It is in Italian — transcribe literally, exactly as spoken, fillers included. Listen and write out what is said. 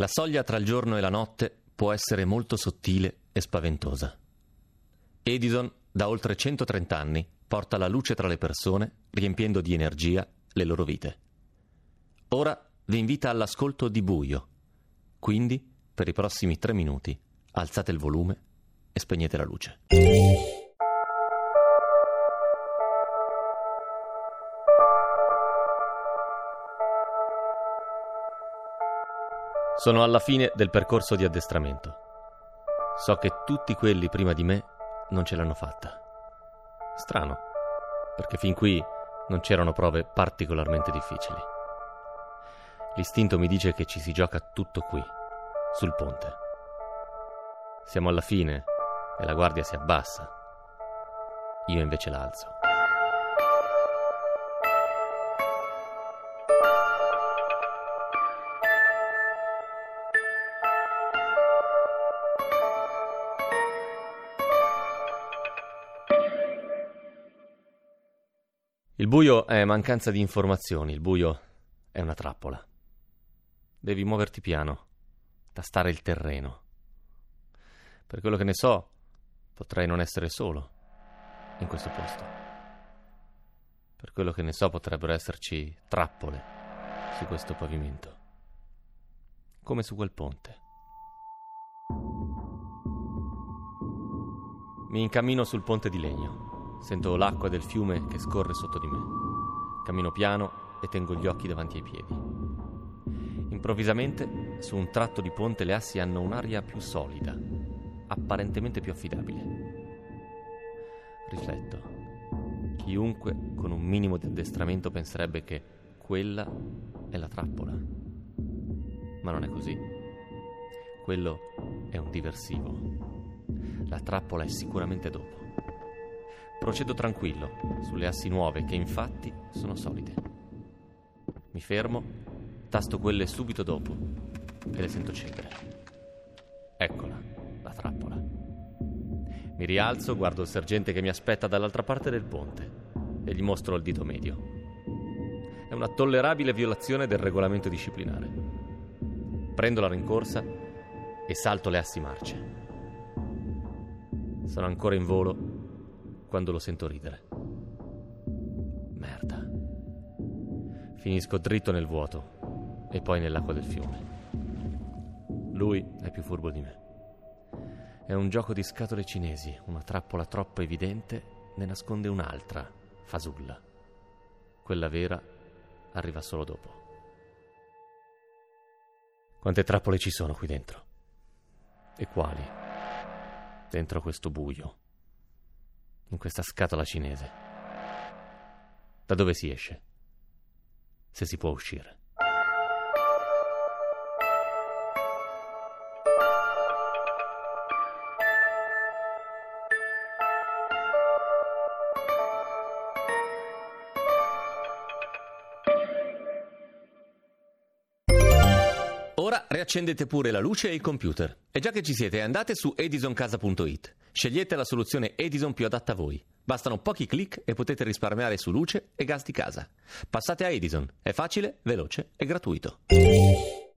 La soglia tra il giorno e la notte può essere molto sottile e spaventosa. Edison, da oltre centotrenta anni, porta la luce tra le persone, riempiendo di energia le loro vite. Ora vi invita all'ascolto di Buio. Quindi, per i prossimi tre minuti, alzate il volume e spegnete la luce. Sono alla fine del percorso di addestramento. So che tutti quelli prima di me non ce l'hanno fatta. Strano, perché fin qui non c'erano prove particolarmente difficili. L'istinto mi dice che ci si gioca tutto qui, sul ponte. Siamo alla fine e la guardia si abbassa. Io invece la alzo. Il buio è mancanza di informazioni, il buio è una trappola. Devi muoverti piano, tastare il terreno. Per quello che ne so, potrei non essere solo in questo posto. Per quello che ne so, potrebbero esserci trappole su questo pavimento, come su quel ponte. Mi incammino sul ponte di legno. Sento l'acqua del fiume che scorre sotto di me. Cammino piano e tengo gli occhi davanti ai piedi. Improvvisamente, su un tratto di ponte le assi hanno un'aria più solida, apparentemente più affidabile. Rifletto. Chiunque con un minimo di addestramento penserebbe che quella è la trappola. Ma non è così. Quello è un diversivo. La trappola è sicuramente dopo. Procedo tranquillo sulle assi nuove che infatti sono solide. Mi fermo, tasto quelle subito dopo e le sento cedere. Eccola, la trappola. Mi rialzo, guardo il sergente che mi aspetta dall'altra parte del ponte e gli mostro il dito medio. È una tollerabile violazione del regolamento disciplinare. Prendo la rincorsa e salto le assi marce. Sono ancora in volo quando lo sento ridere. Merda. Finisco dritto nel vuoto e poi nell'acqua del fiume. Lui è più furbo di me. È un gioco di scatole cinesi. Una trappola troppo evidente ne nasconde un'altra, fasulla. Quella vera arriva solo dopo. Quante trappole ci sono qui dentro? E quali? Dentro questo buio. In questa scatola cinese. Da dove si esce? Se si può uscire. Ora riaccendete pure la luce e il computer. E già che ci siete, andate su edison casa punto it. Scegliete la soluzione Edison più adatta a voi. Bastano pochi clic e potete risparmiare su luce e gas di casa. Passate a Edison. È facile, veloce e gratuito.